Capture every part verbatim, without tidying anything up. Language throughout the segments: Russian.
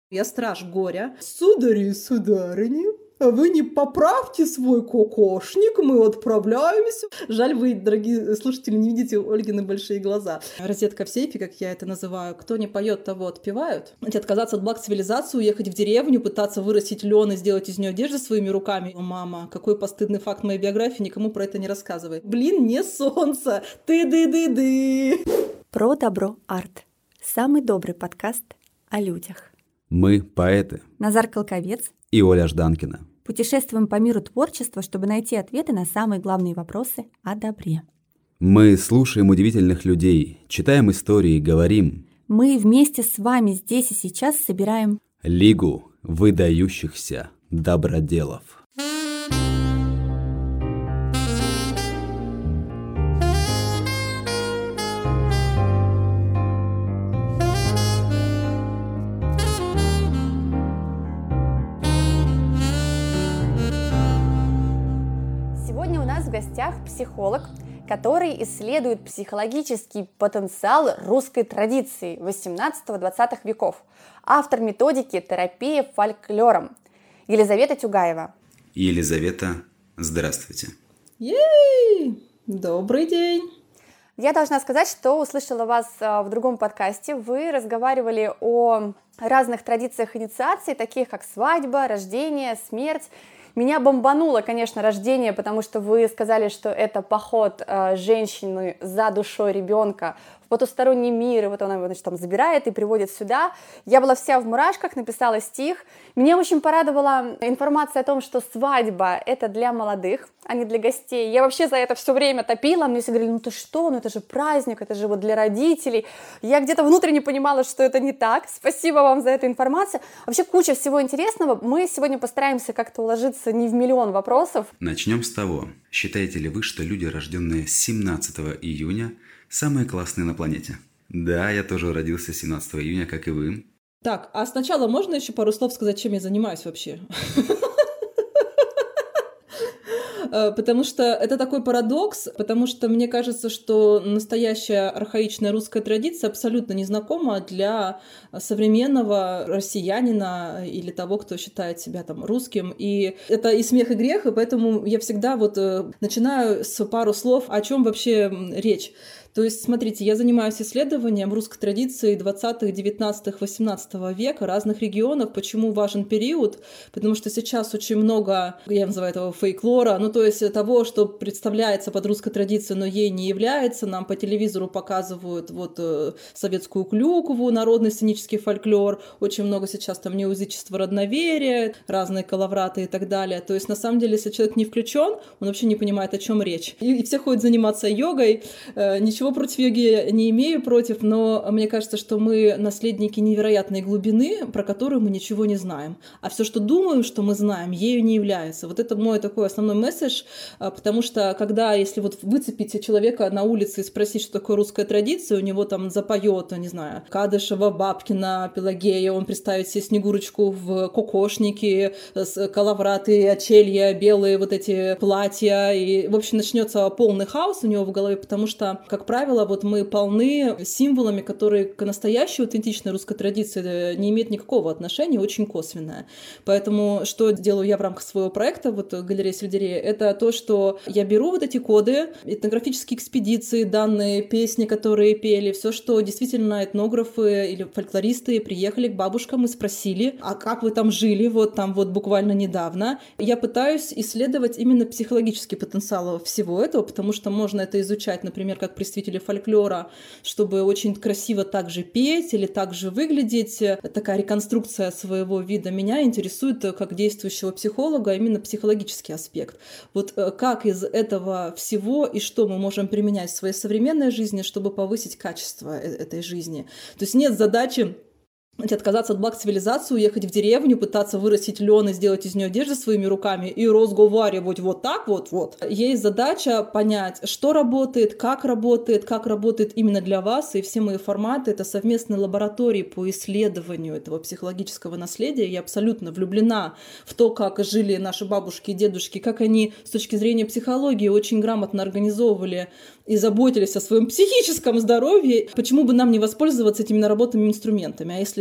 Я страж горя. Судари и сударыни, а вы не поправьте свой кокошник, мы отправляемся. Жаль, вы, дорогие слушатели, не видите Ольгины большие глаза. Розетка в сейфе, как я это называю. Кто не поет, того отпевают. Отказаться от благ цивилизации, уехать в деревню, пытаться вырастить лен и сделать из нее одежду своими руками. О, мама, какой постыдный факт моей биографии, никому про это не рассказывай. Блин, не солнце, ты-ды-ды-ды. Про добро арт. Самый добрый подкаст о людях. Мы поэты. Назар Колковец и Оля Жданкина. Путешествуем по миру творчества, чтобы найти ответы на самые главные вопросы о добре. Мы слушаем удивительных людей, читаем истории, говорим. Мы вместе с вами здесь и сейчас собираем Лигу выдающихся доброделов. В гостях психолог, который исследует психологический потенциал русской традиции восемнадцатого-двадцатого веков, автор методики терапии фольклором Елизавета Тюгаева. Елизавета, здравствуйте. Ей! Добрый день! Я должна сказать, что услышала вас в другом подкасте. Вы разговаривали о разных традициях инициации, таких как свадьба, рождение, смерть. Меня бомбануло, конечно, рождение, потому что вы сказали, что это поход э, женщины за душой ребенка в потусторонний мир, и вот она его, значит, там забирает и приводит сюда. Я была вся в мурашках, написала стих. Меня очень порадовала информация о том, что свадьба — это для молодых, а не для гостей. Я вообще за это все время топила, мне все говорили, ну ты что, ну это же праздник, это же вот для родителей. Я где-то внутренне понимала, что это не так. Спасибо вам за эту информацию. Вообще куча всего интересного. Мы сегодня постараемся как-то уложиться не в миллион вопросов. Начнем с того. Считаете ли вы, что люди, рожденные семнадцатого июня, самые классные на планете? Да, я тоже родился семнадцатого июня, как и вы. Так, а сначала можно еще пару слов сказать, чем я занимаюсь вообще? Потому что это такой парадокс, потому что мне кажется, что настоящая архаичная русская традиция абсолютно незнакома для современного россиянина или того, кто считает себя там русским. И это и смех, и грех, и поэтому я всегда вот начинаю с пару слов, о чем вообще речь. То есть, смотрите, я занимаюсь исследованием русской традиции двадцатого, девятнадцатого, восемнадцатого века, разных регионов. Почему важен период? Потому что сейчас очень много, я называю этого фейклора, ну то есть того, что представляется под русской традицией, но ей не является. Нам по телевизору показывают вот советскую клюкву, народный сценический фольклор. Очень много сейчас там неоязычества, родноверия, разные коловраты и так далее. То есть, на самом деле, если человек не включен, он вообще не понимает, о чем речь. И, и все ходят заниматься йогой, ничего Ничего против йоги не имею против, но мне кажется, что мы наследники невероятной глубины, про которую мы ничего не знаем. А все, что думаем, что мы знаем, ею не является. Вот это мой такой основной месседж, потому что когда, если вот выцепить человека на улице и спросить, что такое русская традиция, у него там запоет, не знаю, Кадышева, Бабкина, Пелагея, он представит себе Снегурочку в кокошнике, коловраты, очелья, белые вот эти платья, и, в общем, начнется полный хаос у него в голове, потому что, как правило, вот мы полны символами, которые к настоящей аутентичной русской традиции не имеют никакого отношения, очень косвенное. Поэтому что делаю я в рамках своего проекта, вот «Галерея сельдерея», это то, что я беру вот эти коды, этнографические экспедиции, данные, песни, которые пели, все, что действительно этнографы или фольклористы приехали к бабушкам и спросили, а как вы там жили, вот там вот буквально недавно. Я пытаюсь исследовать именно психологический потенциал всего этого, потому что можно это изучать, например, как представители фольклора, чтобы очень красиво также петь или также выглядеть. Такая реконструкция своего вида меня интересует как действующего психолога именно психологический аспект. Вот как из этого всего и что мы можем применять в своей современной жизни, чтобы повысить качество этой жизни. То есть нет задачи отказаться от благ цивилизации, уехать в деревню, пытаться вырастить лен и сделать из нее одежду своими руками и разговаривать вот так вот, вот. Есть задача понять, что работает, как работает, как работает именно для вас, и все мои форматы — это совместные лаборатории по исследованию этого психологического наследия. Я абсолютно влюблена в то, как жили наши бабушки и дедушки, как они с точки зрения психологии очень грамотно организовывали и заботились о своем психическом здоровье. Почему бы нам не воспользоваться этими наработанными инструментами? А если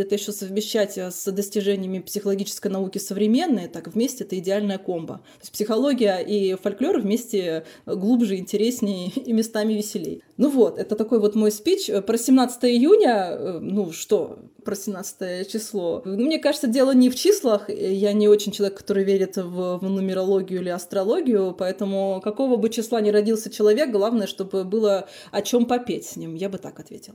это еще совмещать с достижениями психологической науки современной, так вместе это идеальная комбо. То есть психология и фольклор вместе глубже, интереснее и местами веселей. Ну вот, это такой вот мой спич. Про семнадцатое июня, ну что, про семнадцатое число. Мне кажется, дело не в числах. Я не очень человек, который верит в, в нумерологию или астрологию, поэтому какого бы числа ни родился человек, главное, чтобы было о чем попеть с ним. Я бы так ответила.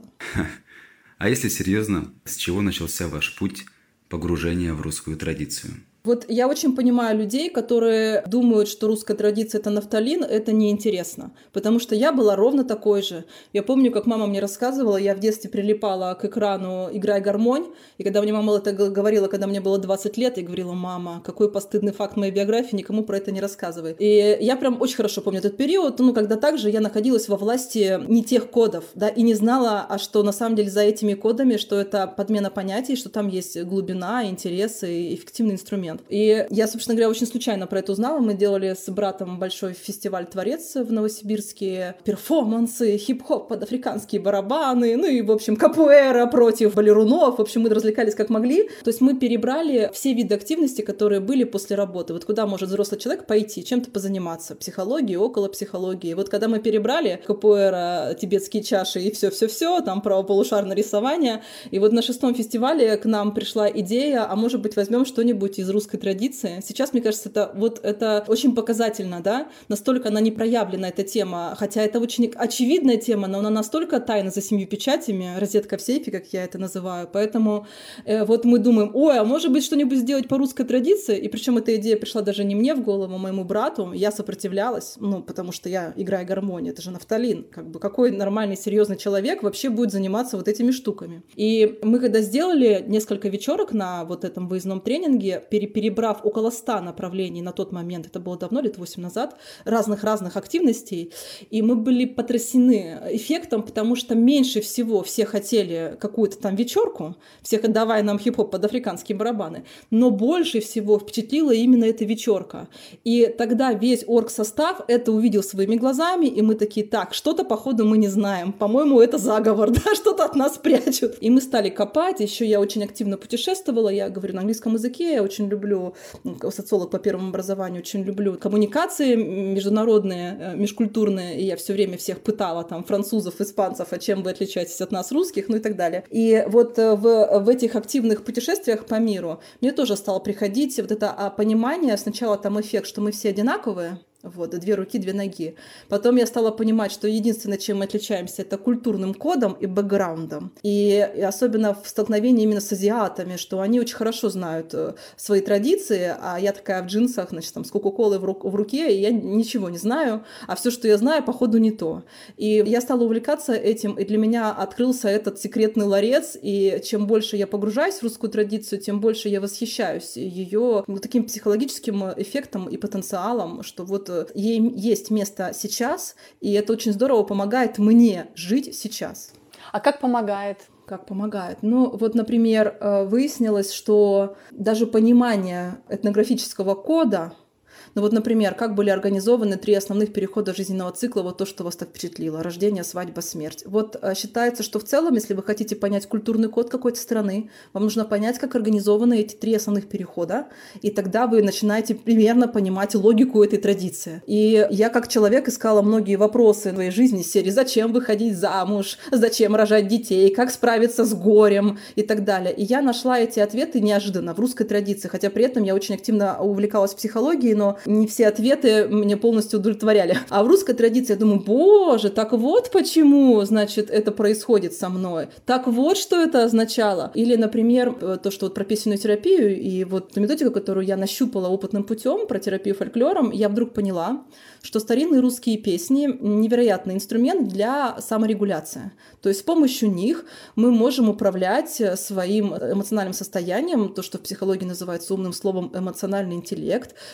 А если серьезно, с чего начался ваш путь погружения в русскую традицию? Вот я очень понимаю людей, которые думают, что русская традиция — это нафталин, это неинтересно. Потому что я была ровно такой же. Я помню, как мама мне рассказывала, я в детстве прилипала к экрану «Играй гармонь», и когда мне мама это говорила, когда мне было двадцать лет, я говорила: «Мама, какой постыдный факт моей биографии, никому про это не рассказывай». И я прям очень хорошо помню этот период, ну, когда также я находилась во власти не тех кодов, да, и не знала, а что на самом деле за этими кодами, что это подмена понятий, что там есть глубина, интересы и эффективный инструмент. И я, собственно говоря, очень случайно про это узнала. Мы делали с братом большой фестиваль «Творец» в Новосибирске. Перформансы, хип-хоп под африканские барабаны, ну и, в общем, капуэра против балерунов. В общем, мы развлекались как могли. То есть мы перебрали все виды активности, которые были после работы. Вот куда может взрослый человек пойти, чем-то позаниматься. Психологией, около психологии. Вот когда мы перебрали капуэра, тибетские чаши и все-все-все, там правополушарное рисование. И вот на шестом фестивале к нам пришла идея, а может быть, возьмем что-нибудь из русской традиции. Сейчас, мне кажется, это вот это очень показательно, да, настолько она не проявлена, эта тема, хотя это очень очевидная тема, но она настолько тайна за семью печатями, розетка в сейфе, как я это называю, поэтому э, вот мы думаем: ой, а может быть что-нибудь сделать по русской традиции, и причем эта идея пришла даже не мне в голову, а моему брату, я сопротивлялась, ну, потому что я играю гармонию, это же нафталин, как бы какой нормальный, серьезный человек вообще будет заниматься вот этими штуками. И мы когда сделали несколько вечерок на вот этом выездном тренинге, перебрав около ста направлений на тот момент, это было давно, лет восемь назад, разных-разных активностей, и мы были потрясены эффектом, потому что меньше всего все хотели какую-то там вечерку, всех отдавая нам хип-хоп под африканские барабаны, но больше всего впечатлила именно эта вечерка. И тогда весь оргсостав это увидел своими глазами, и мы такие: так, что-то, походу, мы не знаем, по-моему, это заговор, да, что-то от нас прячут. И мы стали копать, еще я очень активно путешествовала, я говорю на английском языке, я очень люблю люблю, социолог по первому образованию, очень люблю коммуникации международные, межкультурные, и я все время всех пытала, там, французов, испанцев, а чем вы отличаетесь от нас, русских, ну и так далее. И вот в, в этих активных путешествиях по миру мне тоже стало приходить вот это понимание, сначала там эффект, что мы все одинаковые, вот, две руки, две ноги. Потом я стала понимать, что единственное, чем мы отличаемся, это культурным кодом и бэкграундом. И, и особенно в столкновении именно с азиатами, что они очень хорошо знают свои традиции, а я такая в джинсах, значит, там, с кока-колой в, ру- в руке, и я ничего не знаю, а все, что я знаю, походу не то. И я стала увлекаться этим, и для меня открылся этот секретный ларец, и чем больше я погружаюсь в русскую традицию, тем больше я восхищаюсь ее вот таким психологическим эффектом и потенциалом, что вот ей есть место сейчас, и это очень здорово помогает мне жить сейчас. А как помогает? Как помогает? Ну, вот, например, выяснилось, что даже понимание этнографического кода, ну вот, например, как были организованы три основных перехода жизненного цикла, вот то, что вас так впечатлило: рождение, свадьба, смерть. Вот считается, что в целом, если вы хотите понять культурный код какой-то страны, вам нужно понять, как организованы эти три основных перехода, и тогда вы начинаете примерно понимать логику этой традиции. И я как человек искала многие вопросы в своей жизни из серии: зачем выходить замуж, зачем рожать детей, как справиться с горем и так далее. И я нашла эти ответы неожиданно в русской традиции, хотя при этом я очень активно увлекалась психологией, но не все ответы меня полностью удовлетворяли. А в русской традиции я думаю: боже, так вот почему, значит, это происходит со мной. Так вот, что это означало. Или, например, то, что вот про песенную терапию и вот ту методику, которую я нащупала опытным путем, про терапию фольклором, я вдруг поняла, что старинные русские песни — невероятный инструмент для саморегуляции. То есть с помощью них мы можем управлять своим эмоциональным состоянием, то, что в психологии называется умным словом эмоциональный интеллект. То есть я могу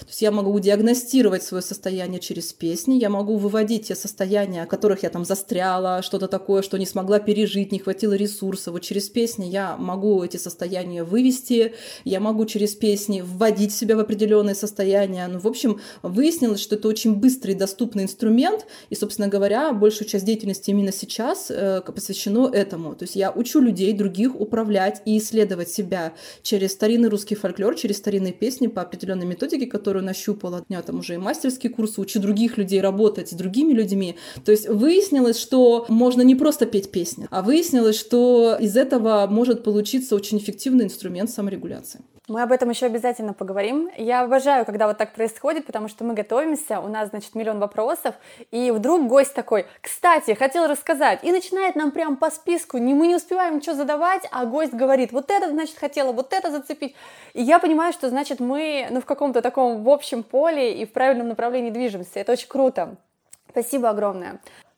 могу диагностировать свое состояние через песни, я могу выводить те состояния, в которых я там застряла, что-то такое, что не смогла пережить, не хватило ресурсов. Вот через песни я могу эти состояния вывести, я могу через песни вводить себя в определенные состояния. Ну, в общем, выяснилось, что это очень быстрый и доступный инструмент, и, собственно говоря, большую часть деятельности именно сейчас э, посвящено этому. То есть я учу людей, других управлять и исследовать себя через старинный русский фольклор, через старинные песни по определенной методике, которую нащупала. У меня там уже и мастерские курсы, учу других людей работать с другими людьми. То есть выяснилось, что можно не просто петь песни, а выяснилось, что из этого может получиться очень эффективный инструмент саморегуляции. Мы об этом еще обязательно поговорим. Я обожаю, когда вот так происходит, потому что мы готовимся, у нас, значит, миллион вопросов, и вдруг гость такой: кстати, хотел рассказать, и начинает нам прям по списку, не, мы не успеваем ничего задавать, а гость говорит: вот это, значит, хотела, вот это зацепить. И я понимаю, что, значит, мы, ну, в каком-то таком в общем поле и в правильном направлении движемся. Это очень круто. Спасибо огромное.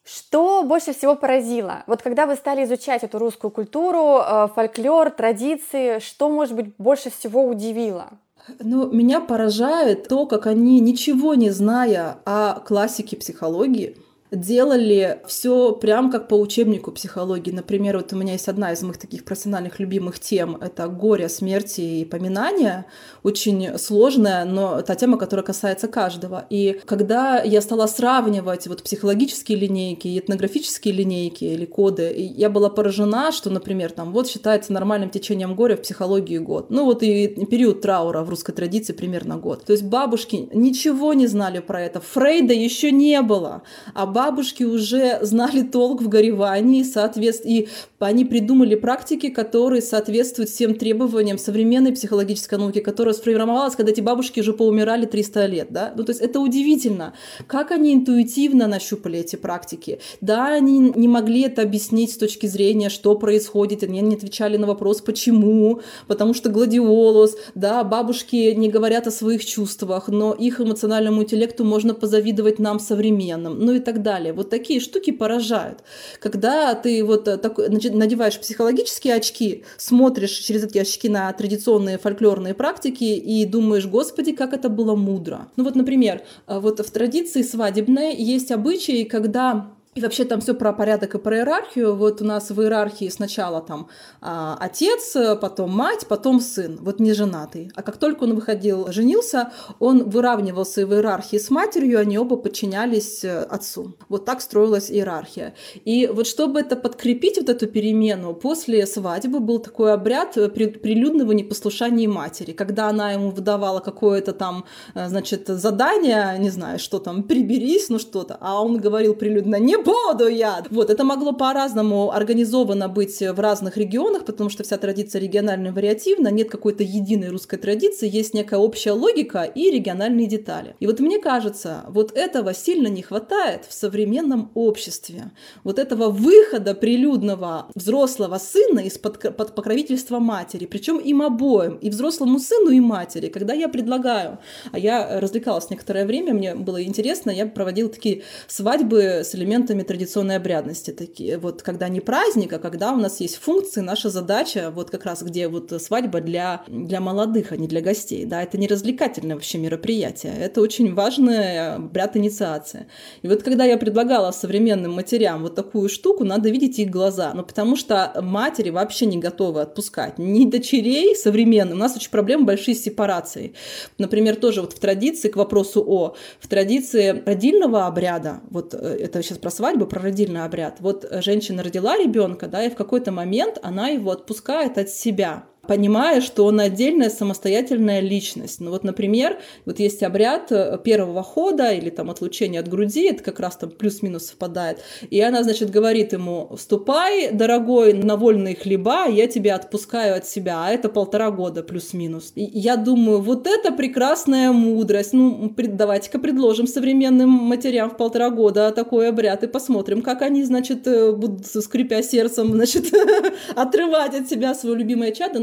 Что больше всего поразило? Вот когда вы стали изучать эту русскую культуру, э, фольклор, традиции, что, может быть, больше всего удивило? Ну, меня поражает то, как они, ничего не зная о классике психологии, делали все прям как по учебнику психологии. Например, вот у меня есть одна из моих таких профессиональных любимых тем — это горе, смерти и поминания. Очень сложная, но та тема, которая касается каждого. И когда я стала сравнивать вот психологические линейки и этнографические линейки или коды, я была поражена, что, например, там вот считается нормальным течением горя в психологии год. Ну вот и период траура в русской традиции примерно год. То есть бабушки ничего не знали про это. Фрейда еще не было. А бабушки уже знали толк в горевании, соответственно, и они придумали практики, которые соответствуют всем требованиям современной психологической науки, которая сформировалась, когда эти бабушки уже поумирали триста лет. Да? Ну, то есть это удивительно, как они интуитивно нащупали эти практики. Да, они не могли это объяснить с точки зрения, что происходит, они не отвечали на вопрос, почему, потому что гладиолус, да, бабушки не говорят о своих чувствах, но их эмоциональному интеллекту можно позавидовать нам современным, ну и так далее. Вот такие штуки поражают. Когда ты вот так, надеваешь психологические очки, смотришь через эти очки на традиционные фольклорные практики и думаешь: господи, как это было мудро. Ну вот, например, вот в традиции свадебной есть обычаи, когда... И вообще там все про порядок и про иерархию. Вот у нас в иерархии сначала там а, отец, потом мать, потом сын, вот не женатый. А как только он выходил, женился, он выравнивался в иерархии с матерью, они оба подчинялись отцу. Вот так строилась иерархия. И вот чтобы это подкрепить, вот эту перемену, после свадьбы был такой обряд прилюдного непослушания матери, когда она ему выдавала какое-то там, значит, задание, не знаю, что там, приберись, ну что-то, а он говорил прилюдно: не буду я. Вот, это могло по-разному организовано быть в разных регионах, потому что вся традиция регионально вариативна, нет какой-то единой русской традиции, есть некая общая логика и региональные детали. И вот мне кажется, вот этого сильно не хватает в современном обществе. Вот этого выхода прилюдного взрослого сына из-под под покровительства матери, причем им обоим, и взрослому сыну, и матери. Когда я предлагаю, а я развлекалась некоторое время, мне было интересно, я проводила такие свадьбы с элементами традиционной обрядности, такие вот, когда не праздник, а когда у нас есть функции, наша задача, вот как раз где вот свадьба для, для молодых, а не для гостей, да, это не развлекательное вообще мероприятие, это очень важный обряд инициации. И вот когда я предлагала современным матерям вот такую штуку, надо видеть их глаза, ну потому что матери вообще не готовы отпускать ни дочерей современных, у нас очень проблемы большие с сепарацией. Например, тоже вот в традиции, к вопросу о, в традиции родильного обряда, вот это сейчас про свадьбу, про родильный обряд. Вот женщина родила ребенка, да, и в какой-то момент она его отпускает от себя, понимая, что он отдельная самостоятельная личность. Ну вот, например, вот есть обряд первого хода или там отлучения от груди, это как раз там плюс-минус совпадает, и она, значит, говорит ему: «Вступай, дорогой, на вольные хлеба, я тебя отпускаю от себя», а это полтора года плюс-минус. И я думаю, вот это прекрасная мудрость. Ну, давайте-ка предложим современным матерям в полтора года такой обряд и посмотрим, как они, значит, будут, скрипя сердцем, значит, отрывать от себя свое любимое чадо, ну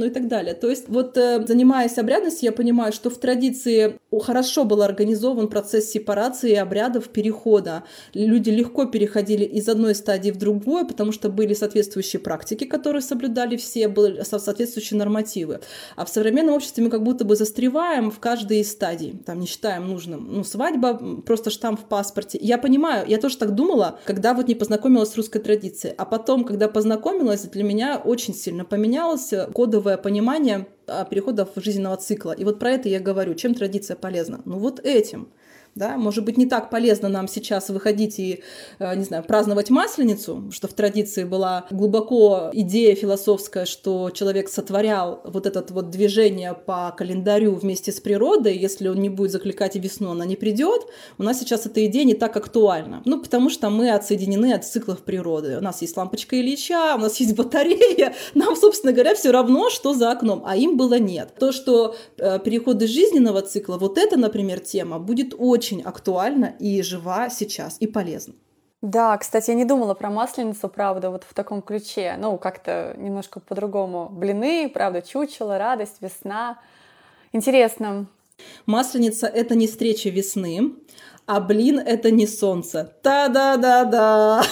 и так далее. То есть вот занимаясь обрядностью, я понимаю, что в традиции хорошо был организован процесс сепарации обрядов перехода. Люди легко переходили из одной стадии в другую, потому что были соответствующие практики, которые соблюдали все, были соответствующие нормативы. А в современном обществе мы как будто бы застреваем в каждой из стадий. Там не считаем нужным. Ну, свадьба, просто штамп в паспорте. Я понимаю, я тоже так думала, когда вот не познакомилась с русской традицией. А потом, когда познакомилась, для меня очень сильно поменялось кодовое понимание переходов жизненного цикла. И вот про это я говорю. Чем традиция полезна? Ну вот этим. Да? Может быть, не так полезно нам сейчас выходить и, не знаю, праздновать Масленицу, что в традиции была глубоко идея философская, что человек сотворял вот это вот движение по календарю вместе с природой, если он не будет закликать и весну, она не придет. У нас сейчас эта идея не так актуальна. Ну, потому что мы отсоединены от циклов природы. У нас есть лампочка Ильича, у нас есть батарея. Нам, собственно говоря, все равно, что за окном, а им было нет. То, что э, переходы жизненного цикла, вот эта, например, тема будет очень очень актуальна и жива сейчас, и полезна. Да, кстати, я не думала про Масленицу, правда, вот в таком ключе. Ну, как-то немножко по-другому. Блины, правда, чучело, радость, весна. Интересно. Масленица — это не встреча весны, а блин — это не солнце. Та-да-да-да!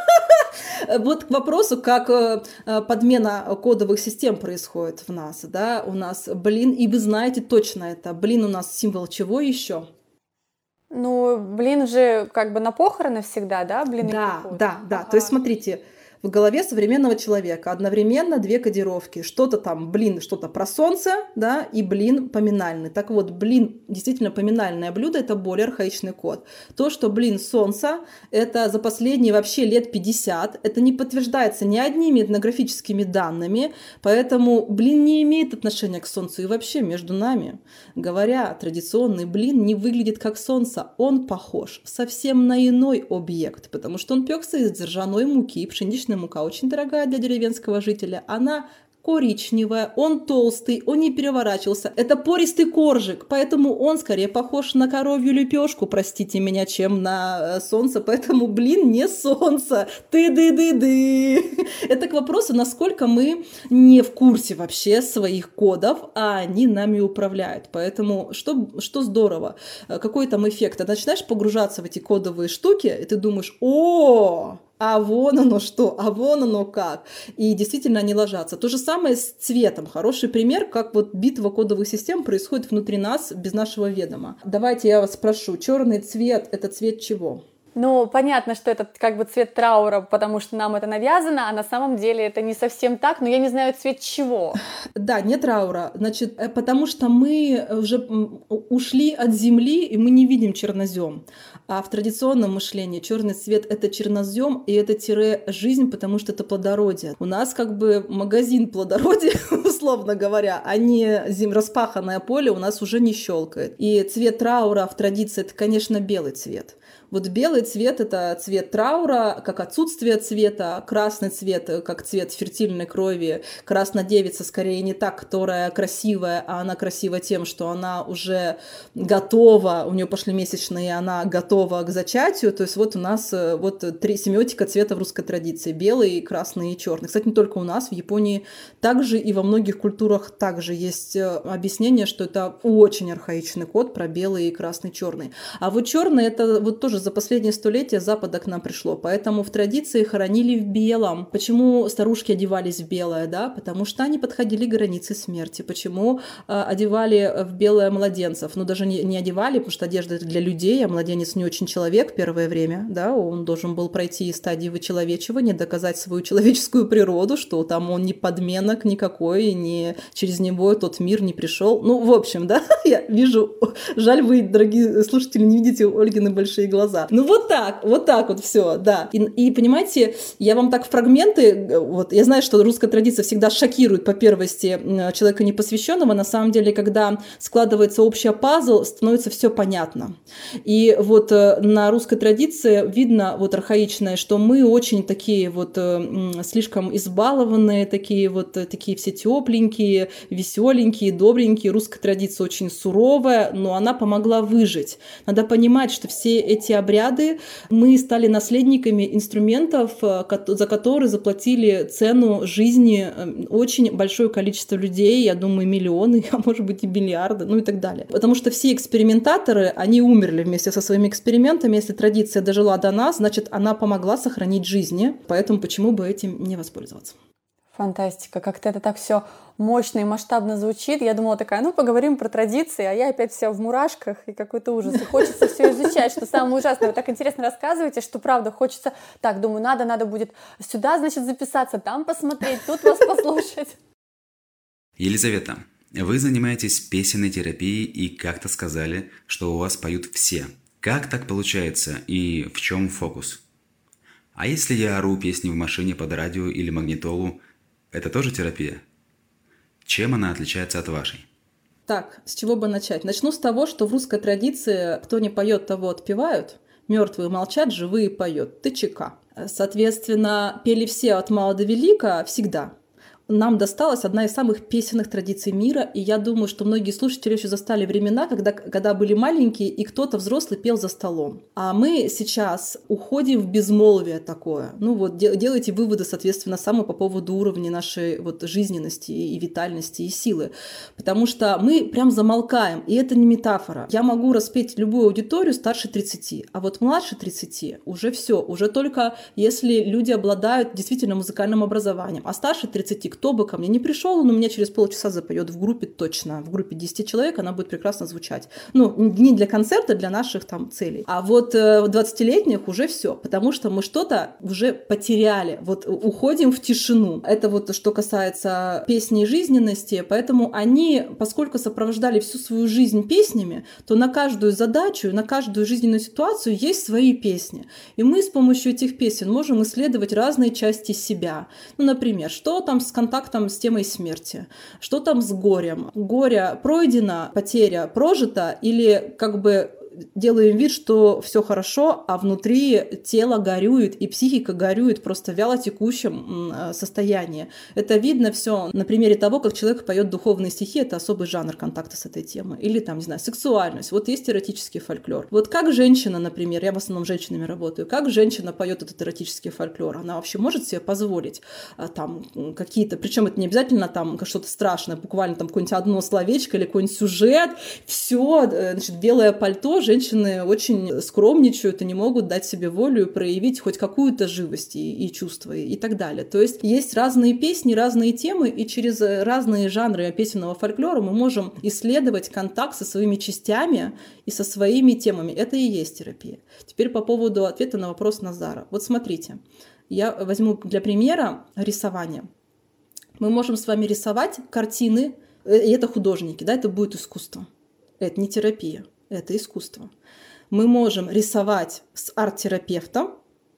Вот к вопросу, как подмена кодовых систем происходит в нас. Да? У нас блин, и вы знаете точно это. Блин у нас символ чего еще? Ну, блин же как бы на похороны всегда, да? Блин да, да, да. Ага. То есть, смотрите, в голове современного человека одновременно две кодировки. Что-то там, блин, что-то про солнце, да, и блин поминальный. Так вот, блин, действительно поминальное блюдо – это более архаичный код. То, что блин солнце, это за последние вообще лет пятьдесят, это не подтверждается ни одними этнографическими данными, поэтому блин не имеет отношения к солнцу. И вообще между нами, говоря, традиционный блин не выглядит как солнце, он похож совсем на иной объект, потому что он пекся из ржаной муки, пшеничной мука очень дорогая для деревенского жителя, она коричневая, он толстый, он не переворачивался. Это пористый коржик, поэтому он скорее похож на коровью лепешку, простите меня, чем на солнце. Поэтому, блин, не солнце. Ты-ды-ды-ды. Это к вопросу, насколько мы не в курсе вообще своих кодов, а они нами управляют. Поэтому что, что здорово. Какой там эффект? Ты начинаешь погружаться в эти кодовые штуки, и ты думаешь: о, а вон оно что, а вон оно как. И действительно они ложатся. То же самое с цветом. Хороший пример, как вот битва кодовых систем происходит внутри нас без нашего ведома. Давайте я вас спрошу, черный цвет – это цвет чего? Ну, понятно, что это как бы цвет траура, потому что нам это навязано, а на самом деле это не совсем так, но я не знаю, цвет чего. Да, не траура, значит, потому что мы уже ушли от земли, и мы не видим чернозем. А в традиционном мышлении черный цвет – это чернозем, и это тире жизнь, потому что это плодородие. У нас как бы магазин плодородия, условно говоря, а не распаханное поле у нас уже не щелкает. И цвет траура в традиции – это, конечно, белый цвет. Вот белый цвет – это цвет траура, как отсутствие цвета, красный цвет, как цвет фертильной крови. Краснодевица скорее не та, которая красивая, а она красива тем, что она уже готова, у нее пошли месячные, она готова к зачатию. То есть вот у нас вот три семиотика цвета в русской традиции – белый, красный и черный. Кстати, не только у нас, в Японии также и во многих культурах также есть объяснение, что это очень архаичный код про белый, красный, черный. А вот черный – это вот тоже за последние столетия с Запада к нам пришло. Поэтому в традиции хоронили в белом. Почему старушки одевались в белое? Да? Потому что они подходили к границе смерти. Почему э, одевали в белое младенцев? Ну, даже не, не одевали, потому что одежда это для людей, а младенец не очень человек первое время. Да? Он должен был пройти стадии вычеловечивания, доказать свою человеческую природу, что там он не подменок никакой, не через него тот мир не пришел. Ну, в общем, да, я вижу, жаль, вы, дорогие слушатели, не видите Ольгины большие глаза. Ну вот так, вот так вот все, да. И, и понимаете, я вам так фрагменты, вот я знаю, что русская традиция всегда шокирует по первости человека непосвященного. На самом деле, когда складывается общий пазл, становится все понятно. И вот на русской традиции видно вот архаичное, что мы очень такие вот слишком избалованные, такие вот такие все тепленькие, веселенькие, добренькие. Русская традиция очень суровая, но она помогла выжить. Надо понимать, что все эти обряды, мы стали наследниками инструментов, за которые заплатили цену жизни очень большое количество людей, я думаю, миллионы, а может быть и миллиарды, ну и так далее. Потому что все экспериментаторы, они умерли вместе со своими экспериментами. Если традиция дожила до нас, значит, она помогла сохранить жизни, поэтому почему бы этим не воспользоваться? Фантастика, как-то это так все мощно и масштабно звучит. Я думала такая, ну, поговорим про традиции, а я опять вся в мурашках и какой-то ужас. И хочется все изучать, что самое ужасное. Вы так интересно рассказываете, что правда хочется... Так, думаю, надо, надо будет сюда, значит, записаться, там посмотреть, тут вас послушать. Елизавета, вы занимаетесь песенной терапией и как-то сказали, что у вас поют все. Как так получается и в чем фокус? А если я ору песни в машине под радио или магнитолу, это тоже терапия? Чем она отличается от вашей? Так, с чего бы начать? Начну с того, что в русской традиции кто не поет, того отпевают. Мертвые молчат, живые поют. ТЧК. Соответственно, пели все от мала до велика всегда. Нам досталась одна из самых песенных традиций мира, и я думаю, что многие слушатели еще застали времена, когда, когда были маленькие, и кто-то взрослый пел за столом. А мы сейчас уходим в безмолвие такое. Ну вот, делайте выводы, соответственно, сами по поводу уровня нашей вот жизненности и витальности и силы. Потому что мы прям замолкаем, и это не метафора. Я могу распеть любую аудиторию старше тридцати, а вот младше тридцати уже все, уже только если люди обладают действительно музыкальным образованием, а старше тридцати кто бы ко мне не пришел, он у меня через полчаса запоет в группе точно. В группе десяти человек она будет прекрасно звучать. Ну, не для концерта, для наших там целей. А вот э, двадцатилетних уже все, потому что мы что-то уже потеряли. Вот уходим в тишину. Это вот что касается песни и жизненности. Поэтому они, поскольку сопровождали всю свою жизнь песнями, то на каждую задачу, на каждую жизненную ситуацию есть свои песни. И мы с помощью этих песен можем исследовать разные части себя. Ну, например, что там с контактом с темой смерти, что там с горем. Горе пройдено, потеря прожита, или как бы делаем вид, что все хорошо, а внутри тело горюет и психика горюет просто в вялотекущем состоянии. Это видно все на примере того, как человек поет духовные стихи, это особый жанр контакта с этой темой. Или там, не знаю, сексуальность. Вот есть эротический фольклор. Вот как женщина, например, я в основном с женщинами работаю, как женщина поет этот эротический фольклор? Она вообще может себе позволить там какие-то, причем это не обязательно там что-то страшное, буквально там какое-нибудь одно словечко или какой-нибудь сюжет, все, значит, белое пальто, женщины очень скромничают и не могут дать себе волю и проявить хоть какую-то живость и, и чувства и, и так далее. То есть есть разные песни, разные темы, и через разные жанры песенного фольклора мы можем исследовать контакт со своими частями и со своими темами. Это и есть терапия. Теперь по поводу ответа на вопрос Назара. Вот смотрите, я возьму для примера рисование. Мы можем с вами рисовать картины, и это художники, да, это будет искусство. Это не терапия. Это искусство. Мы можем рисовать с арт-терапевтом,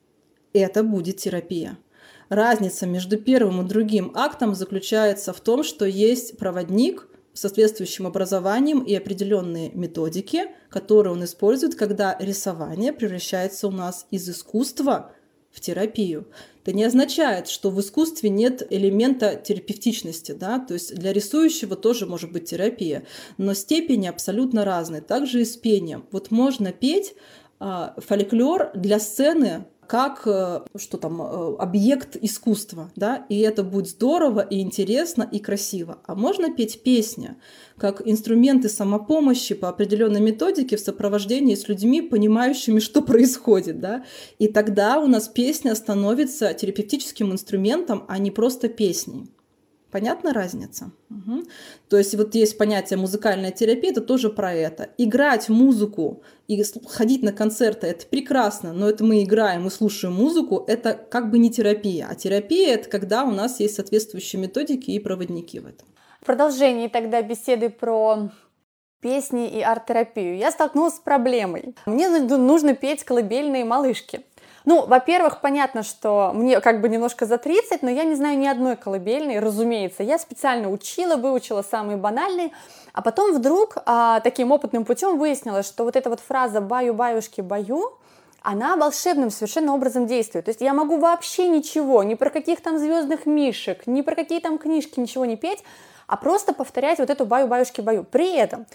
это будет терапия. Разница между первым и другим актом заключается в том, что есть проводник с соответствующим образованием и определенные методики, которые он использует, когда рисование превращается у нас из искусства в терапию. Это не означает, что в искусстве нет элемента терапевтичности, да? То есть для рисующего тоже может быть терапия, но степени абсолютно разные. Также и с пением. Вот можно петь а, фольклор для сцены как что там, объект искусства, да? И это будет здорово, и интересно, и красиво. А можно петь песни как инструменты самопомощи по определенной методике в сопровождении с людьми, понимающими, что происходит, да? И тогда у нас песня становится терапевтическим инструментом, а не просто песней. Понятна разница? Угу. То есть вот есть понятие музыкальная терапия, это тоже про это. Играть музыку и ходить на концерты – это прекрасно, но это мы играем и слушаем музыку, это как бы не терапия. А терапия – это когда у нас есть соответствующие методики и проводники в этом. В продолжении тогда беседы про песни и арт-терапию я столкнулась с проблемой. Мне нужно петь колыбельные малышки. Ну, во-первых, понятно, что мне как бы немножко за тридцать, но я не знаю ни одной колыбельной, разумеется. Я специально учила, выучила самые банальные, а потом вдруг а, таким опытным путем выяснилось, что вот эта вот фраза «баю-баюшки, баю», она волшебным совершенно образом действует. То есть я могу вообще ничего, ни про каких там звездных мишек, ни про какие там книжки ничего не петь, а просто повторять вот эту «баю-баюшки, баю». При этом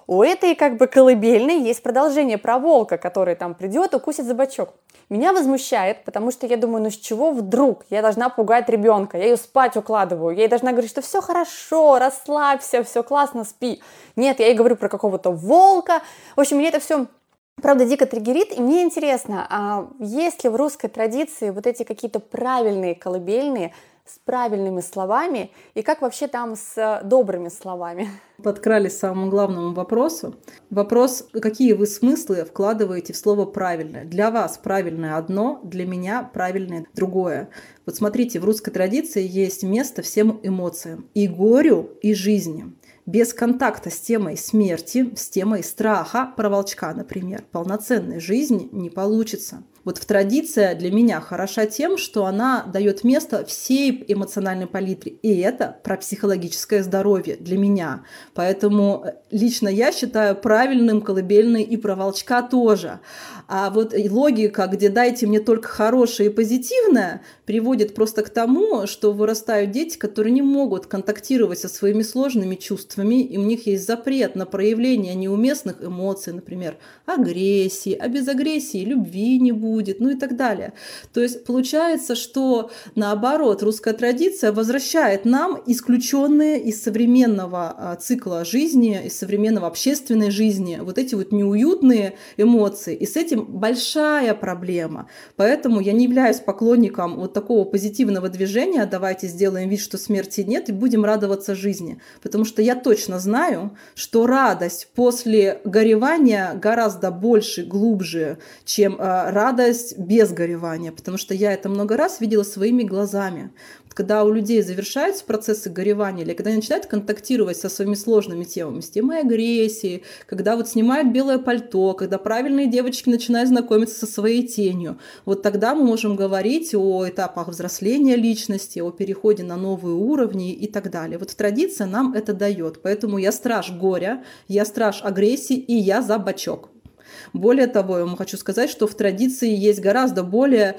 у этой как бы колыбельной есть продолжение про волка, который там придет, укусит за бочок. Меня возмущает, потому что я думаю, ну с чего вдруг я должна пугать ребенка, я ее спать укладываю, я ей должна говорить, что все хорошо, расслабься, все классно, спи. Нет, я ей говорю про какого-то волка. В общем, меня это все, правда, дико триггерит, и мне интересно, а есть ли в русской традиции вот эти какие-то правильные колыбельные с правильными словами, и как вообще там с добрыми словами? Подкрались к самому главному вопросу. Вопрос, какие вы смыслы вкладываете в слово «правильное». Для вас правильное одно, для меня правильное другое. Вот смотрите, в русской традиции есть место всем эмоциям. И горю, и жизни. Без контакта с темой смерти, с темой страха, про волчка, например, полноценной жизни не получится. Вот в традиция для меня хороша тем, что она дает место всей эмоциональной палитре. И это про психологическое здоровье для меня. Поэтому лично я считаю правильным колыбельный и про волчка тоже. А вот логика, где дайте мне только хорошее и позитивное, приводит просто к тому, что вырастают дети, которые не могут контактировать со своими сложными чувствами, и у них есть запрет на проявление неуместных эмоций, например, агрессии, а без агрессии любви не будет, ну и так далее. То есть получается, что наоборот, русская традиция возвращает нам исключенные из современного цикла жизни, из современного общественной жизни вот эти вот неуютные эмоции, и с этим большая проблема. Поэтому я не являюсь поклонником вот такого позитивного движения, давайте сделаем вид, что смерти нет, и будем радоваться жизни. Потому что я точно знаю, что радость после горевания гораздо больше, глубже, чем э, радость без горевания. Потому что я это много раз видела своими глазами. Когда у людей завершаются процессы горевания, или когда они начинают контактировать со своими сложными темами, с темой агрессии, когда вот снимают белое пальто, когда правильные девочки начинают знакомиться со своей тенью, вот тогда мы можем говорить о этапах взросления личности, о переходе на новые уровни и так далее. Вот традиция нам это дает. Поэтому я страж горя, я страж агрессии, и я за бочок. Более того, я вам хочу сказать, что в традиции есть гораздо более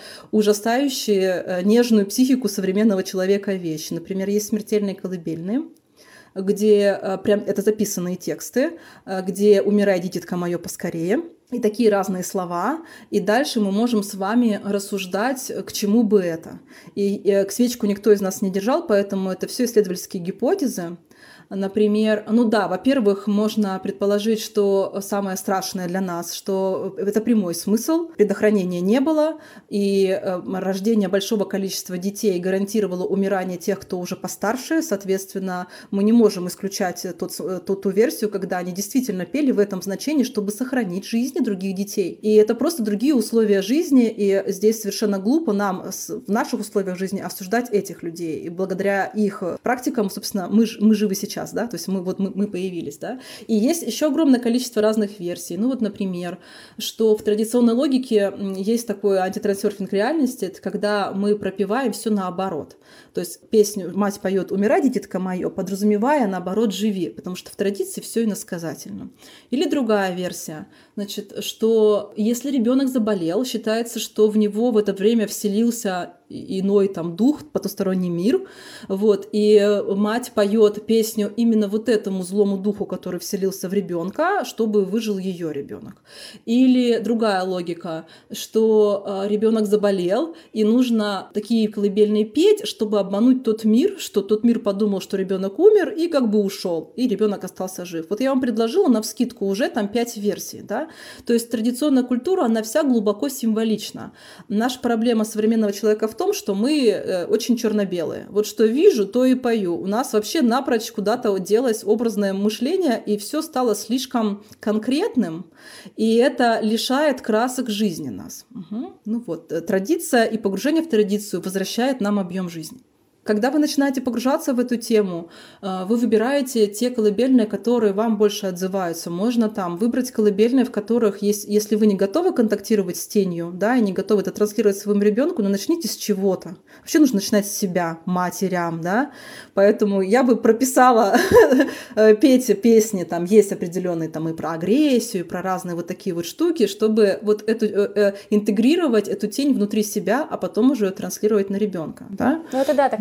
ужасающие нежную психику современного человека вещи. Например, есть смертельные колыбельные, где прям это записанные тексты, где «умирай, дитятка мое, поскорее». И такие разные слова. И дальше мы можем с вами рассуждать, к чему бы это. И, и к свечку никто из нас не держал, поэтому это все исследовательские гипотезы. Например, ну да, во-первых, можно предположить, что самое страшное для нас, что это прямой смысл, предохранения не было, и рождение большого количества детей гарантировало умирание тех, кто уже постарше, соответственно, мы не можем исключать тот, тот, ту версию, когда они действительно пели в этом значении, чтобы сохранить жизни других детей. И это просто другие условия жизни, и здесь совершенно глупо нам в наших условиях жизни осуждать этих людей. И благодаря их практикам, собственно, мы, мы живы сейчас. Да? То есть мы, вот мы, мы появились. Да? И есть еще огромное количество разных версий. Ну вот, например, что в традиционной логике есть такой антитрансерфинг реальности, это когда мы пропеваем все наоборот. То есть песню «Мать поет «Умирай, дитятка мое», подразумевая, наоборот, «Живи», потому что в традиции все иносказательно. Или другая версия, значит, что если ребенок заболел, считается, что в него в это время вселился иной там дух, потусторонний мир, вот, и мать поет песню именно вот этому злому духу, который вселился в ребенка, чтобы выжил ее ребенок. Или другая логика, что ребенок заболел, и нужно такие колыбельные петь, чтобы обмануть тот мир, что тот мир подумал, что ребенок умер, и как бы ушел, и ребенок остался жив. Вот я вам предложила навскидку уже там пять версий, да? То есть традиционная культура, она вся глубоко символична. Наша проблема современного человека в том, что мы очень черно-белые. Вот что вижу, то и пою. У нас вообще напрочь куда-то делось образное мышление, и все стало слишком конкретным, и это лишает красок жизни нас. Угу. Ну вот, традиция и погружение в традицию возвращает нам объем жизни. Когда вы начинаете погружаться в эту тему, вы выбираете те колыбельные, которые вам больше отзываются. Можно там выбрать колыбельные, в которых, есть, если вы не готовы контактировать с тенью, да, и не готовы это транслировать своему ребенку, но начните с чего-то. Вообще нужно начинать с себя, матерям, да. Поэтому я бы прописала петь песни, там есть определенные там и про агрессию, и про разные вот такие вот штуки, чтобы вот эту, э, интегрировать эту тень внутри себя, а потом уже транслировать на ребенка, да. Ну это да, такая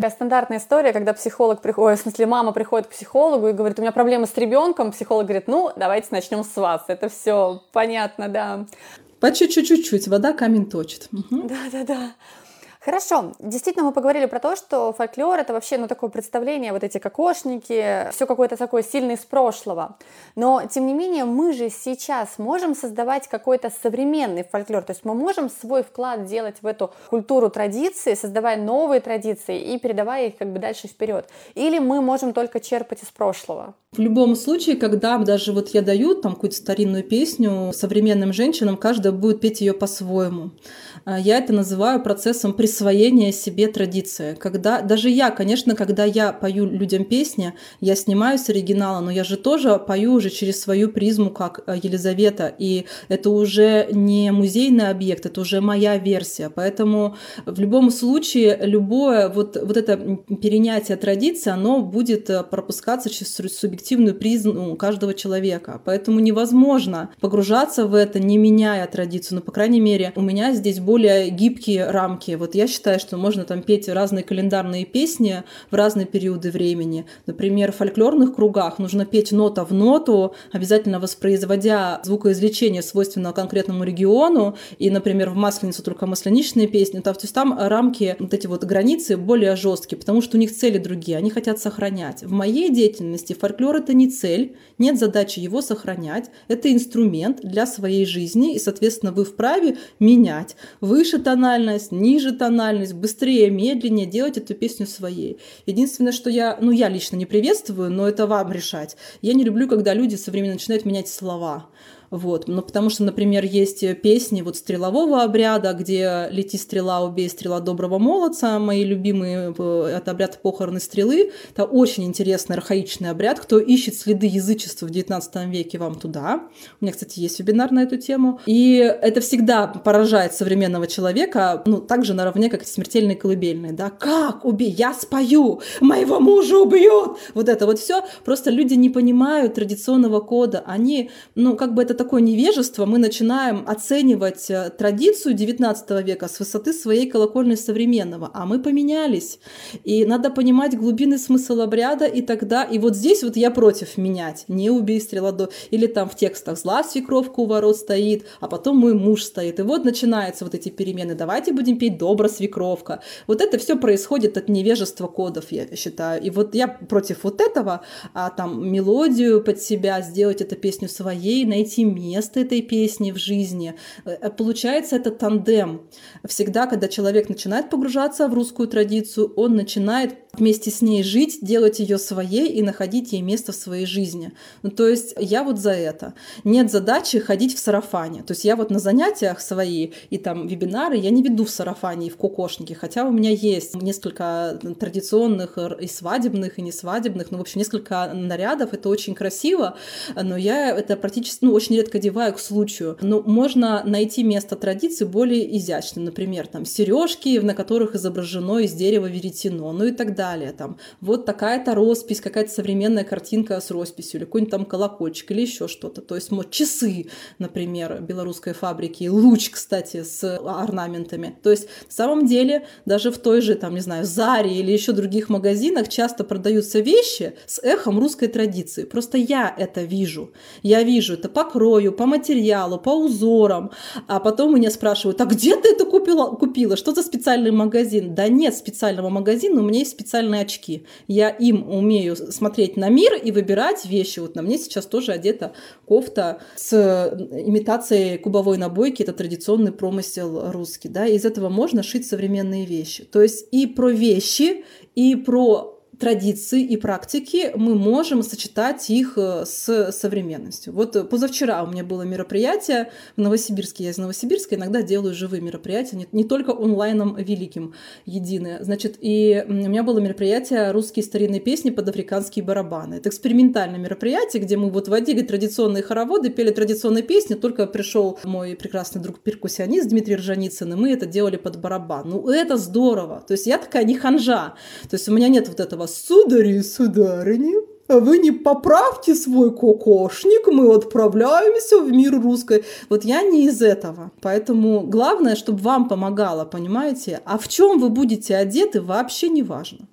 такая стандартная история, когда психолог приходит, в смысле, мама приходит к психологу и говорит, у меня проблемы с ребенком, психолог говорит, ну, давайте начнем с вас, это все понятно, да. По чуть-чуть, вода камень точит. Угу. Да-да-да. Хорошо, действительно мы поговорили про то, что фольклор — это вообще, ну, такое представление, вот эти кокошники, все какое-то такое сильное из прошлого. Но, тем не менее, мы же сейчас можем создавать какой-то современный фольклор, то есть мы можем свой вклад делать в эту культуру традиции, создавая новые традиции и передавая их как бы дальше вперед. Или мы можем только черпать из прошлого? В любом случае, когда даже вот я даю там какую-то старинную песню современным женщинам, каждая будет петь ее по-своему. Я это называю процессом присвоения себе традиции. Когда, даже я, конечно, когда я пою людям песни, я снимаю с оригинала, но я же тоже пою уже через свою призму, как Елизавета, и это уже не музейный объект, это уже моя версия. Поэтому в любом случае любое вот, вот это перенятие традиции, оно будет пропускаться через субъективную призму каждого человека. Поэтому невозможно погружаться в это, не меняя традицию. Но, по крайней мере, у меня здесь более гибкие рамки. Вот я считаю, что можно там петь разные календарные песни в разные периоды времени. Например, в фольклорных кругах нужно петь нота в ноту, обязательно воспроизводя звукоизвлечение, свойственное конкретному региону. И, например, в Масленицу только масляничные песни. То есть там рамки, вот эти вот границы более жесткие, потому что у них цели другие, они хотят сохранять. В моей деятельности фольклор — это не цель, нет задачи его сохранять, это инструмент для своей жизни, и, соответственно, вы вправе менять выше тональность, ниже тональность, быстрее, медленнее делать эту песню своей. Единственное, что я, ну, я лично не приветствую, но это вам решать. Я не люблю, когда люди со временем начинают менять слова. Вот. Ну, потому что, например, есть песни вот стрелового обряда, где «Лети, стрела, убей, стрела доброго молодца», мои любимые, это обряд похороны стрелы. Это очень интересный архаичный обряд. Кто ищет следы язычества в девятнадцатом веке, вам туда. У меня, кстати, есть вебинар на эту тему. И это всегда поражает современного человека, ну, так же наравне, как и смертельные колыбельные. Да? Как убей? Я спою! Моего мужа убьют! Вот это вот все. Просто люди не понимают традиционного кода. Они, ну, как бы это такое невежество, мы начинаем оценивать традицию девятнадцатого века с высоты своей колокольни современного, а мы поменялись. И надо понимать глубинный смысл обряда, и тогда, и вот здесь вот я против менять, не убей стрела до, или там в текстах «Зла свекровка у ворот стоит», а потом «Мой муж стоит». И вот начинаются вот эти перемены, давайте будем петь «Добра свекровка». Вот это все происходит от невежества кодов, я считаю. И вот я против вот этого, а там мелодию под себя, сделать эту песню своей, найти место этой песни в жизни. Получается, это тандем. Всегда, когда человек начинает погружаться в русскую традицию, он начинает вместе с ней жить, делать ее своей и находить ей место в своей жизни. Ну, то есть я вот за это. Нет задачи ходить в сарафане. То есть я вот на занятиях свои и там вебинары я не веду в сарафане и в кокошнике, хотя у меня есть несколько традиционных и свадебных, и не свадебных, ну, в общем, несколько нарядов, это очень красиво, но я это практически, ну, очень редко одеваю к случаю. Но можно найти место традиции более изящным, например, там сережки, на которых изображено из дерева веретено, ну и так далее. Там вот такая-то роспись, какая-то современная картинка с росписью, или какой-нибудь там колокольчик, или еще что-то. То есть вот, часы, например, белорусской фабрики, луч, кстати, с орнаментами. То есть на самом деле даже в той же, там, не знаю, Заре или еще других магазинах часто продаются вещи с эхом русской традиции. Просто я это вижу. Я вижу это по крою, по материалу, по узорам. А потом меня спрашивают, а где ты это купила? купила? Что за специальный магазин? Да нет специального магазина, у меня есть специальные очки. Я им умею смотреть на мир и выбирать вещи. Вот на мне сейчас тоже одета кофта с имитацией кубовой набойки. Это традиционный промысел русский. Да? Из этого можно шить современные вещи. То есть и про вещи, и про традиции и практики мы можем сочетать их с современностью. Вот позавчера у меня было мероприятие в Новосибирске. Я из Новосибирска, иногда делаю живые мероприятия, не, не только онлайном великим единые. Значит, и у меня было мероприятие «Русские старинные песни под африканские барабаны». Это экспериментальное мероприятие, где мы вот водили традиционные хороводы, пели традиционные песни. Только пришел мой прекрасный друг-перкуссионист Дмитрий Ржаницын, и мы это делали под барабан. Ну, это здорово. То есть я такая не ханжа. То есть у меня нет вот этого «Судари и сударыни, вы не поправьте свой кокошник, мы отправляемся в мир русской». Вот я не из этого. Поэтому главное, чтобы вам помогало, понимаете? А в чем вы будете одеты, вообще не важно.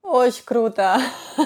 Очень круто.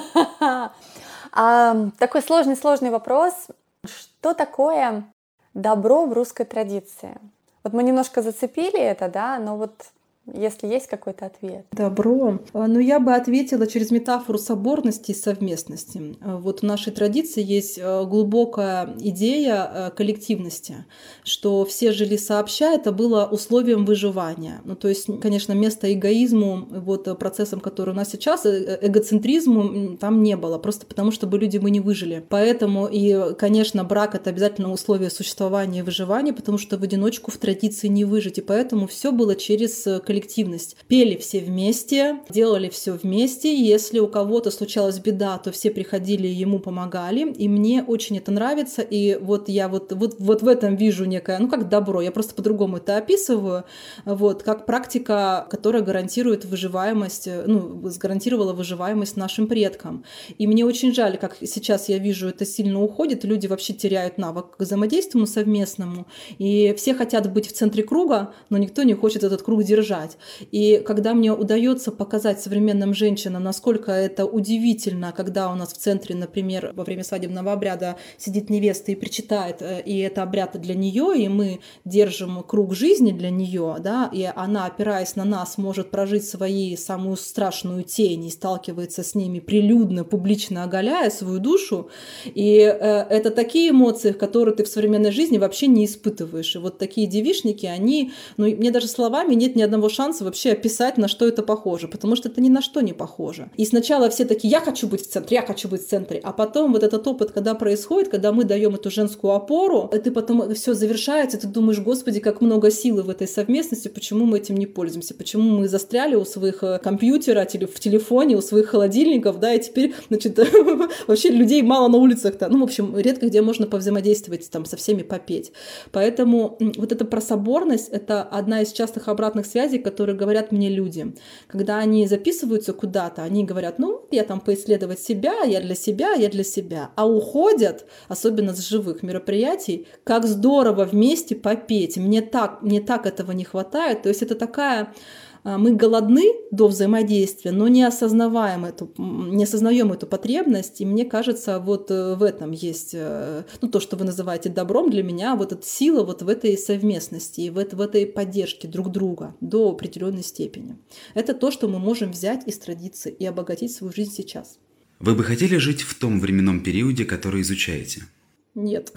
А, такой сложный-сложный вопрос. Что такое добро в русской традиции? Вот мы немножко зацепили это, да, но вот если есть какой-то ответ. Добро. Ну, я бы ответила через метафору соборности и совместности. Вот в нашей традиции есть глубокая идея коллективности, что все жили сообща, это было условием выживания. Ну, то есть, конечно, места эгоизму, вот процессам, которые у нас сейчас, эгоцентризму там не было, просто потому что бы люди бы не выжили. Поэтому и, конечно, брак — это обязательно условие существования и выживания, потому что в одиночку в традиции не выжить. И поэтому все было через коллективность. коллективность. Пели все вместе, делали все вместе. Если у кого-то случалась беда, то все приходили и ему помогали. И мне очень это нравится. И вот я вот, вот, вот в этом вижу некое, ну как добро, я просто по-другому это описываю, вот, как практика, которая гарантирует выживаемость, ну, гарантировала выживаемость нашим предкам. И мне очень жаль, как сейчас я вижу, это сильно уходит, люди вообще теряют навык к взаимодействию совместному. И все хотят быть в центре круга, но никто не хочет этот круг держать. И когда мне удается показать современным женщинам, насколько это удивительно, когда у нас в центре, например, во время свадебного обряда сидит невеста и причитает, и это обряд для нее, и мы держим круг жизни для нее, да, и она, опираясь на нас, может прожить свои самую страшную тень и сталкивается с ними прилюдно, публично оголяя свою душу. И э, это такие эмоции, которые ты в современной жизни вообще не испытываешь. И вот такие девичники, они, ну, мне даже словами нет ни одного шанса вообще описать, на что это похоже, потому что это ни на что не похоже. И сначала все такие: я хочу быть в центре, я хочу быть в центре, а потом вот этот опыт, когда происходит, когда мы даем эту женскую опору, и ты потом все завершается, ты думаешь: господи, как много силы в этой совместности, почему мы этим не пользуемся, почему мы застряли у своих компьютера, в телефоне, у своих холодильников, да, и теперь, значит, вообще людей мало на улицах-то, ну, в общем, редко где можно повзаимодействовать, там, со всеми попеть. Поэтому вот это про соборность, это одна из частых обратных связей, которые говорят мне люди. Когда они записываются куда-то, они говорят: ну, я там поисследовать себя, я для себя, я для себя. А уходят, особенно с живых мероприятий, как здорово вместе попеть. Мне так, мне так этого не хватает. То есть это такая... Мы голодны до взаимодействия, но не осознаваем эту, не осознаем эту потребность. И мне кажется, вот в этом есть, ну, то, что вы называете добром, для меня вот эта сила вот в этой совместности и в, в этой поддержке друг друга до определенной степени. Это то, что мы можем взять из традиции и обогатить свою жизнь сейчас. Вы бы хотели жить в том временном периоде, который изучаете? Нет.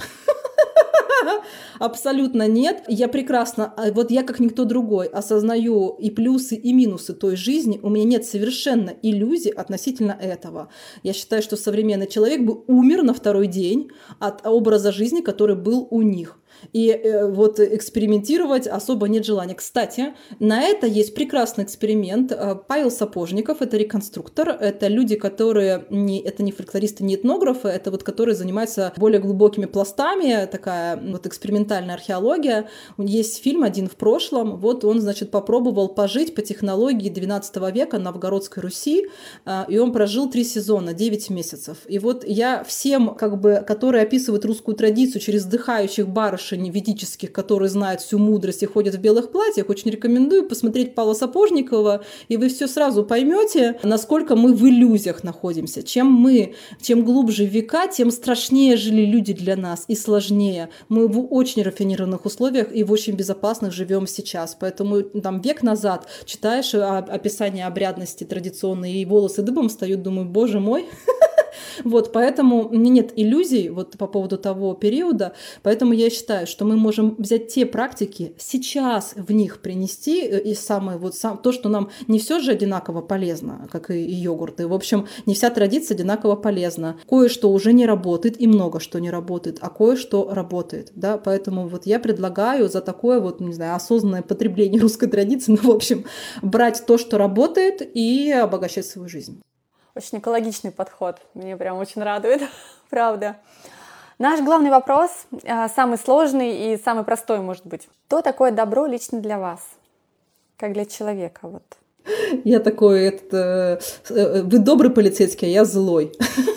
Абсолютно нет. Я прекрасно, вот я как никто другой осознаю и плюсы, и минусы той жизни. У меня нет совершенно иллюзий относительно этого. Я считаю, что современный человек бы умер на второй день от образа жизни, который был у них. И э, вот экспериментировать особо нет желания. Кстати, на это есть прекрасный эксперимент. Павел Сапожников — это реконструктор, это люди, которые, не, это не фольклористы, не этнографы, это вот которые занимаются более глубокими пластами, такая вот экспериментальная археология. Есть фильм один в прошлом, вот он, значит, попробовал пожить по технологии двенадцатого века Новгородской Руси, и он прожил три сезона, девять месяцев. И вот я всем, как бы, которые описывают русскую традицию через вдыхающих барышень ведических, которые знают всю мудрость и ходят в белых платьях, очень рекомендую посмотреть Павла Сапожникова, и вы все сразу поймете, насколько мы в иллюзиях находимся. Чем мы, чем глубже века, тем страшнее жили люди для нас и сложнее. Мы в очень рафинированных условиях и в очень безопасных живем сейчас. Поэтому там век назад читаешь описание обрядности традиционной, и волосы дыбом встают, думаю: боже мой. Вот, поэтому у меня нет иллюзий вот по поводу того периода, поэтому я считаю, что мы можем взять те практики, сейчас в них принести, и самое вот сам, то, что нам не все же одинаково полезно, как и, и йогурты. В общем, не вся традиция одинаково полезна. Кое-что уже не работает, и много что не работает, а кое-что работает, да, поэтому вот я предлагаю за такое вот, не знаю, осознанное потребление русской традиции, ну, в общем, брать то, что работает, и обогащать свою жизнь. Очень экологичный подход, мне прям очень радует, правда. Наш главный вопрос, самый сложный и самый простой, может быть. Что такое добро лично для вас, как для человека? Вот. Я такой, это, вы добрый полицейский, а я злой.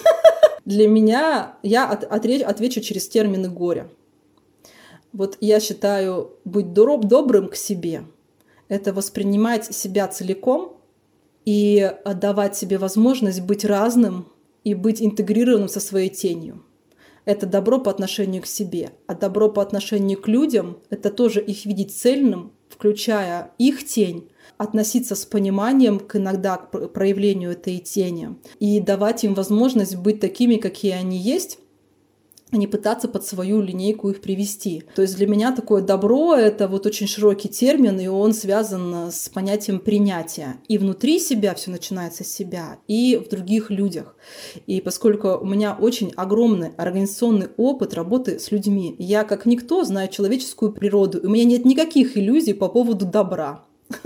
Для меня, я отвечу через термины горя. Вот я считаю, быть добрым к себе — это воспринимать себя целиком и давать себе возможность быть разным и быть интегрированным со своей тенью. Это добро по отношению к себе, а добро по отношению к людям — это тоже их видеть цельным, включая их тень, относиться с пониманием к иногда к проявлению этой тени и давать им возможность быть такими, какие они есть, а не пытаться под свою линейку их привести. То есть для меня такое добро — это вот очень широкий термин, и он связан с понятием принятия. И внутри себя все начинается с себя, и в других людях. И поскольку у меня очень огромный организационный опыт работы с людьми, я как никто знаю человеческую природу, и у меня нет никаких иллюзий по поводу добра.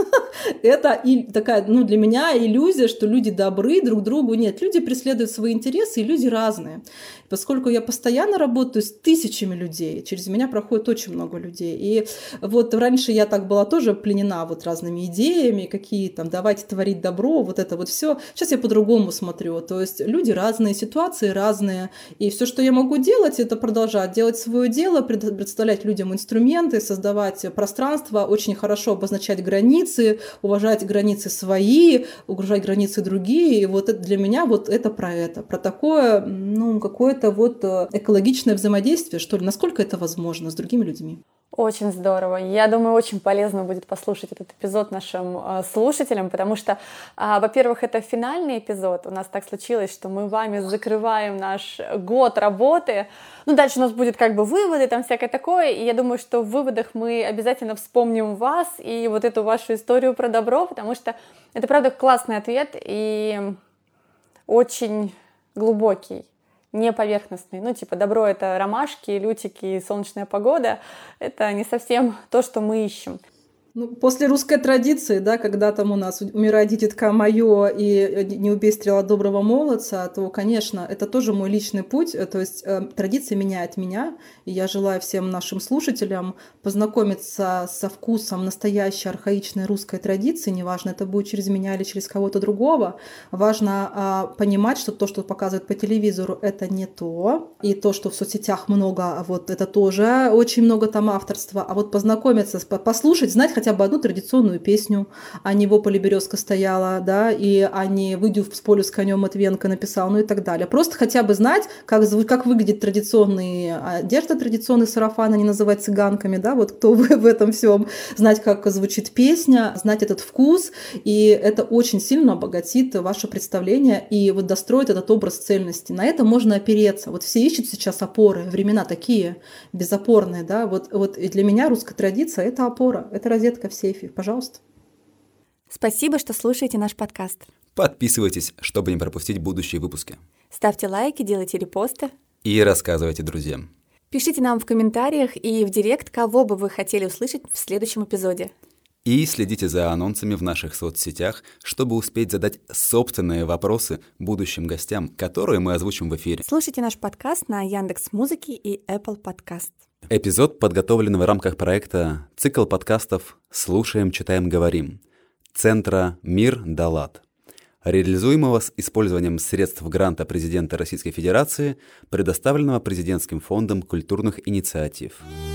Это и такая, ну, для меня иллюзия, что люди добры друг другу. Нет, люди преследуют свои интересы, и люди разные. Поскольку я постоянно работаю с тысячами людей, через меня проходит очень много людей. И вот раньше я так была тоже пленена вот разными идеями, какие там, давайте творить добро, вот это вот все. Сейчас я по-другому смотрю. То есть люди разные, ситуации разные. И все, что я могу делать, это продолжать делать свое дело, представлять людям инструменты, создавать пространство, очень хорошо обозначать границы, уважать границы свои, уважать границы другие. И вот это для меня вот это про это, про такое, ну, какое-то вот экологичное взаимодействие, что ли, насколько это возможно с другими людьми. Очень здорово. Я думаю, очень полезно будет послушать этот эпизод нашим э, слушателям, потому что, э, во-первых, это финальный эпизод. У нас так случилось, что мы вами закрываем наш год работы. Ну, дальше у нас будет как бы выводы, там всякое такое. И я думаю, что в выводах мы обязательно вспомним вас и вот эту вашу историю про добро, потому что это, правда, классный ответ и очень глубокий. Не поверхностный. Ну, типа, добро — это ромашки, лютики и солнечная погода. Это не совсем то, что мы ищем. Ну, после русской традиции, да, когда там у нас «умирай, дитятка мое» и «не убей стрела доброго молодца», то, конечно, это тоже мой личный путь. То есть э, традиция меняет меня, и я желаю всем нашим слушателям познакомиться со вкусом настоящей архаичной русской традиции, неважно, это будет через меня или через кого-то другого. Важно э, понимать, что то, что показывают по телевизору, это не то, и то, что в соцсетях много, вот это тоже очень много там авторства, а вот познакомиться, послушать, знать хотя бы одну традиционную песню, а не «Во поле березка стояла», да, и а не «Выйду в поле с конем Матвенко написал», ну и так далее. Просто хотя бы знать, как, как выглядит традиционная одежда, традиционный сарафан, а не называть цыганками, да, вот кто в, в этом всем, знать, как звучит песня, знать этот вкус, и это очень сильно обогатит ваше представление и вот достроит этот образ цельности. На это можно опереться. Вот все ищут сейчас опоры, времена такие безопорные, да, вот, вот и для меня русская традиция — это опора, это розетка в сейфе, пожалуйста. Спасибо, что слушаете наш подкаст. Подписывайтесь, чтобы не пропустить будущие выпуски. Ставьте лайки, делайте репосты. И рассказывайте друзьям. Пишите нам в комментариях и в директ, кого бы вы хотели услышать в следующем эпизоде. И следите за анонсами в наших соцсетях, чтобы успеть задать собственные вопросы будущим гостям, которые мы озвучим в эфире. Слушайте наш подкаст на Яндекс.Музыке и Apple Podcast. Эпизод подготовлен в рамках проекта «Цикл подкастов «Слушаем, читаем, говорим» Центра «Мир да лад», реализуемого с использованием средств гранта президента Российской Федерации, предоставленного Президентским фондом культурных инициатив.